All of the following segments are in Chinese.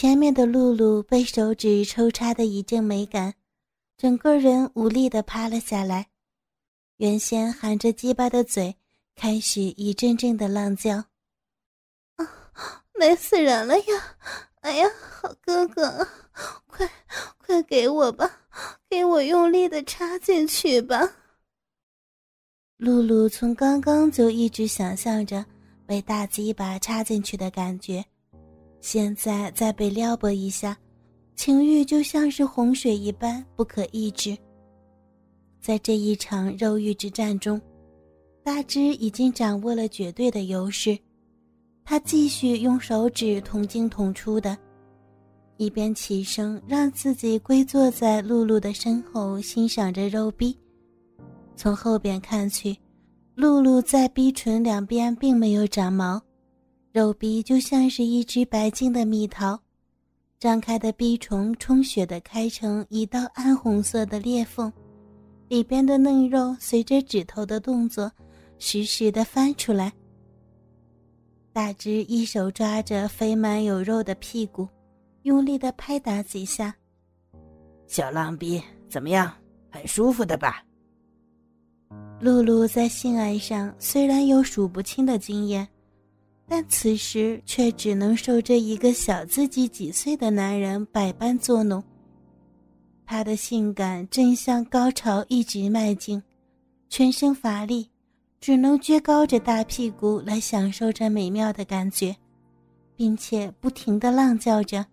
前面的露露被手指抽插的一阵美感，整个人无力地趴了下来。原先含着鸡巴的嘴开始一阵阵的浪叫。啊，美死人了呀！哎呀，好哥哥，快给我吧，给我用力地插进去吧。露露从刚刚就一直想象着被大鸡巴插进去的感觉，现在再被撩拨一下，情欲就像是洪水一般不可抑制。在这一场肉欲之战中，大只已经掌握了绝对的优势。他继续用手指捅进捅出的，一边起身让自己跪坐在露露的身后欣赏着肉逼。从后边看去，露露在逼唇两边并没有长毛，肉逼就像是一只白净的蜜桃，张开的逼唇充血地开成一道暗红色的裂缝，里边的嫩肉随着指头的动作实时地翻出来。大只一手抓着肥满有肉的屁股，用力地拍打几下。 小浪逼怎么样，很舒服的吧？ 露露在性爱上虽然有数不清的经验，但此时却只能受这一个小自己几岁的男人百般作弄。她的性感正向高潮一直迈进，全身乏力，只能撅高着大屁股来享受这美妙的感觉，并且不停地浪叫着。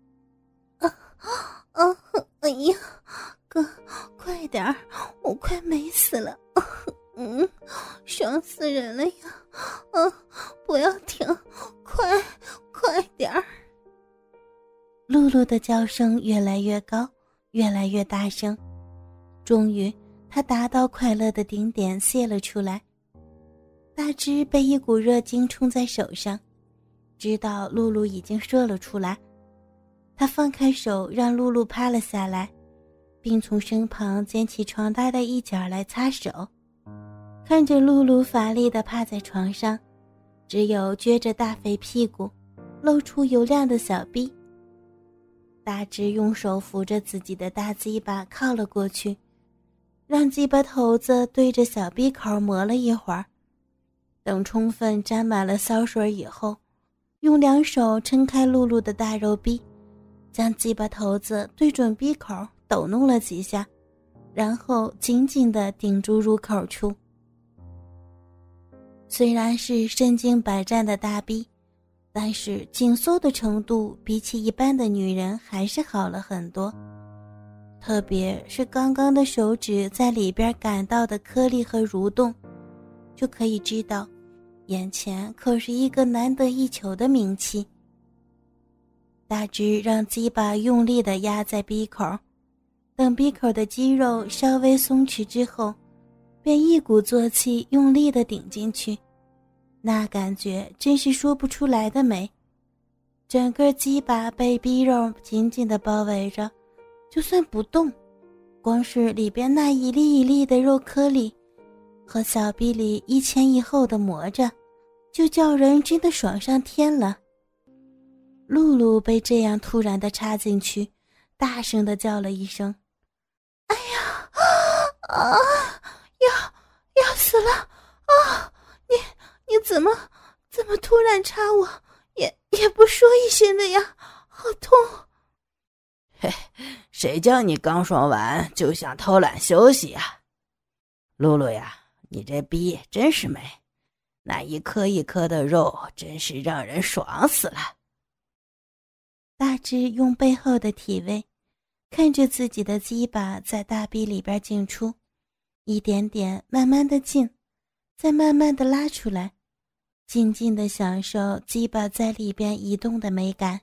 哎呀，哥，快点儿，我快美死了。爽死人了呀！不要停，快点儿。露露的叫声越来越高，越来越大声，终于她达到快乐的顶点，泄了出来。大只被一股热精冲在手上，知道露露已经射了出来。他放开手让露露趴了下来，并从身旁捡起床单的一角来擦手。看着露露乏力地趴在床上，只有撅着大肥屁股，露出油亮的小臂。大只用手扶着自己的大鸡巴靠了过去，让鸡巴头子对着小臂口磨了一会儿。等充分沾满了骚水以后，用两手撑开露露的大肉臂，将鸡巴头子对准鼻口抖弄了几下，然后紧紧地顶住入口处。虽然是身经百战的大臂，但是紧缩的程度比起一般的女人还是好了很多，特别是刚刚的手指在里边感到的颗粒和蠕动，就可以知道眼前可是一个难得一求的名器。大只让鸡巴用力地压在鼻口，等鼻口的肌肉稍微松弛之后，便一鼓作气用力地顶进去，那感觉真是说不出来的美。整个鸡巴被逼肉紧紧地包围着，就算不动，光是里边那一粒一粒的肉颗粒和小臂里一前一后的磨着，就叫人真的爽上天了。露露被这样突然地插进去，大声地叫了一声：哎呀，要死了啊！你怎么突然插我，也不说一声的呀，好痛。 嘿，谁叫你刚爽完就想偷懒休息呀？露露呀，你这逼真是美，那一颗一颗的肉真是让人爽死了。 大只用背后的体位看着自己的鸡巴在大臂里边进出，一点点慢慢的进，再慢慢的拉出来，静静的享受鸡巴在里边移动的美感。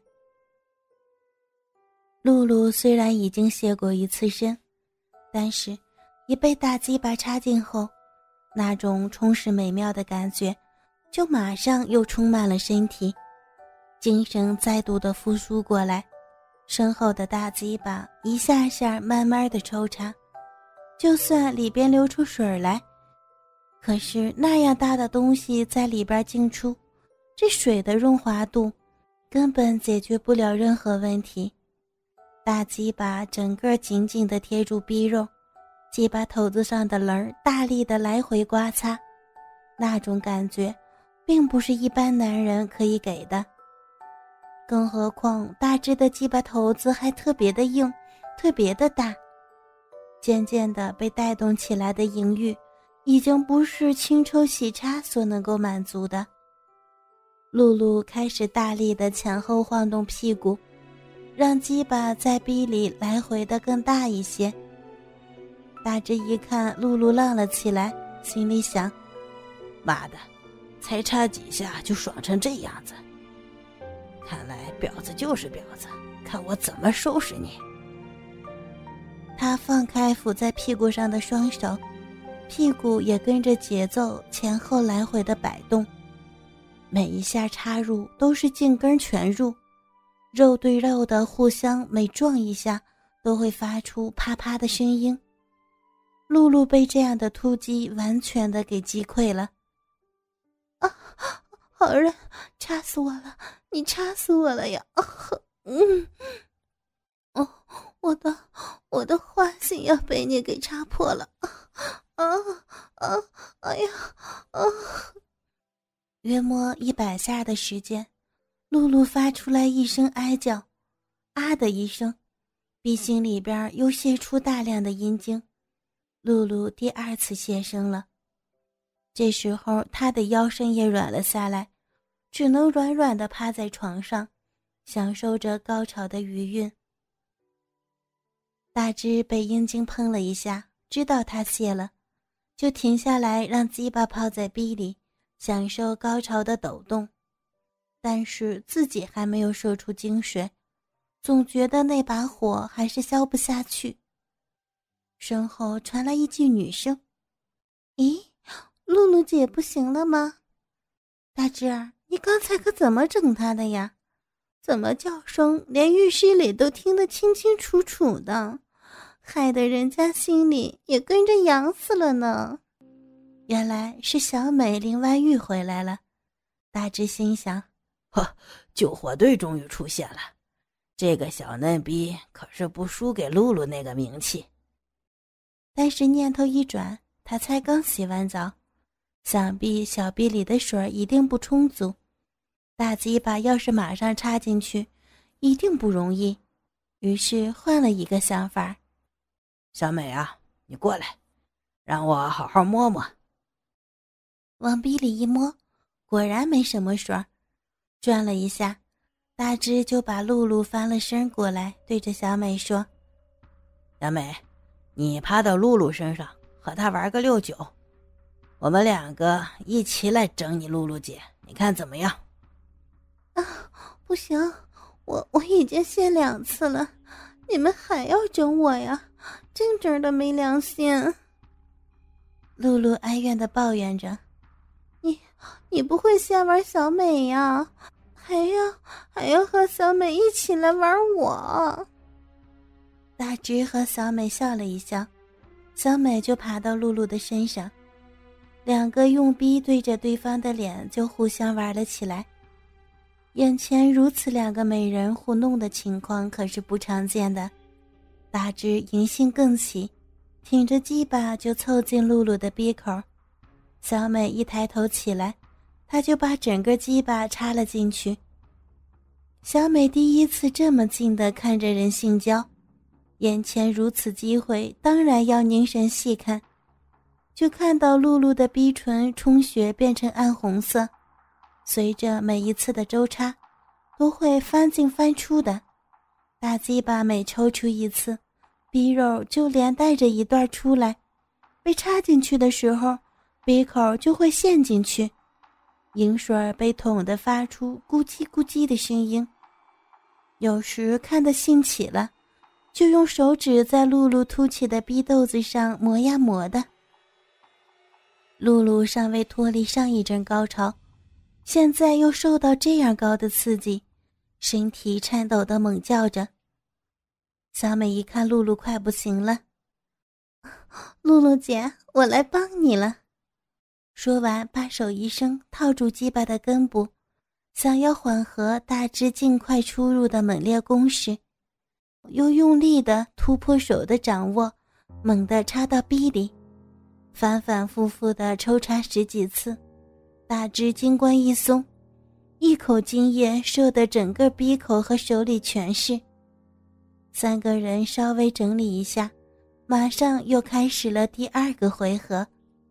露露虽然已经泄过一次身，但是一被大鸡巴插进后，那种充实美妙的感觉就马上又充满了身体，精神再度的复苏过来，身后的大鸡巴一下下慢慢的抽插，就算里边流出水来，可是那样大的东西在里边进出，这水的润滑度根本解决不了任何问题。大鸡巴整个紧紧地贴住逼肉，鸡巴头子上的棱大力地来回刮擦，那种感觉并不是一般男人可以给的。更何况大只的鸡巴头子还特别的硬，特别的大。渐渐地被带动起来的淫欲已经不是轻抽细插所能够满足的。露露开始大力地前后晃动屁股，让鸡巴在逼里来回的更大一些。大只一看露露浪了起来，心里想， 妈的，才插几下就爽成这样子，看来婊子就是婊子，看我怎么收拾你。 他放开抚在屁股上的双手，屁股也跟着节奏前后来回的摆动，每一下插入都是尽根全入，肉对肉的互相每撞一下都会发出啪啪的声音。露露被这样的突击完全的给击溃了。啊，好人，插死我了，你插死我了呀！我的花心要被你给插破了！哎呀！约莫100下的时间，露露发出来一声哀叫，啊的一声，鼻心里边又泄出大量的阴茎。露露第2次泄声了。这时候她的腰身也软了下来，只能软软地趴在床上，享受着高潮的余韵。大只被阴茎碰了一下，知道他泄了，就停下来让鸡巴泡在逼里，享受高潮的抖动。但是自己还没有射出精水，总觉得那把火还是消不下去。身后传来一句女声：咦，露露姐不行了吗？大只儿，你刚才可怎么整她的呀？怎么叫声连浴室里都听得清清楚楚的，害得人家心里也跟着痒死了呢。原来是小美林外遇回来了。大只心想， 呵，救火队终于出现了，这个小嫩逼可是不输给露露那个名气。 但是念头一转，他才刚洗完澡，想必小臂里的水一定不充足，大鸡巴要是马上插进去一定不容易，于是换了一个想法。 小美啊，你过来，让我好好摸摸。 往逼里一摸，果然没什么水，转了一下，大只就把露露翻了身过来，对着小美说， 小美，你趴到露露身上和她玩个69，我们2个一起来整你露露姐，你看怎么样？ 啊，不行，我已经泄2次了，你们还要整我呀，真的没良心。露露哀怨地抱怨着，你不会先玩小美呀，还要和小美一起来玩我。大只和小美笑了一笑，小美就爬到露露的身上，2个用逼对着对方的脸就互相玩了起来。眼前如此2个美人互弄的情况可是不常见的。大只淫性更起，挺着鸡巴就凑近露露的逼口，小美一抬头起来，她就把整个鸡巴插了进去。小美第1次这么近地看着人性交，眼前如此机会，当然要凝神细看。就看到露露的逼唇充血变成暗红色，随着每一次的周插都会翻进翻出的，大鸡巴每抽出一次，逼肉就连带着一段出来，被插进去的时候，鼻口就会陷进去，饮水被捅得发出咕叽咕叽的声音。有时看得兴起了，就用手指在露露凸起的逼豆子上磨呀磨的。露露尚未脱离上一阵高潮，现在又受到这样高的刺激，身体颤抖地猛叫着。小美一看露露快不行了，露露姐，我来帮你了。说完把手一伸，套住鸡巴的根部， 想要缓和大只尽快出入的猛烈攻势，又用力地突破手的掌握，猛地插到逼里，反反复复地抽插10几次，大只金冠一松，一口精液射得整个逼口和手里全是。3个人稍微整理一下，马上又开始了第2个回合。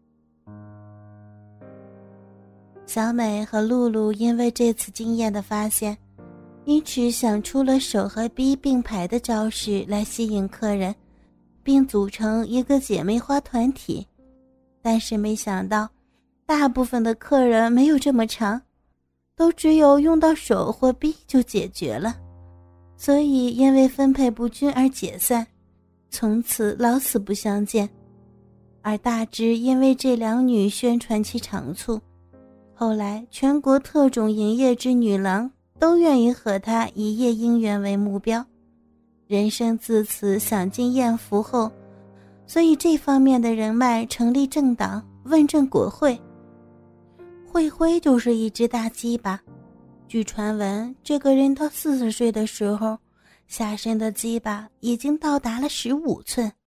小美和露露因为这次经验的发现，因此想出了手和逼并排的招式来吸引客人，并组成一个姐妹花团体。但是没想到，大部分的客人没有这么长，都只有用到手或逼就解决了，所以因为分配不均而解散，从此老死不相见。而大只因为这2女宣传其长处，后来全国特种营业之女郎都愿意和她一夜姻缘为目标，人生自此享尽艳福后，所以这方面的人脉成立政党，问政国会。会徽就是一只大鸡巴，据传闻这个人到40岁的时候，下身的鸡巴已经到达了15寸。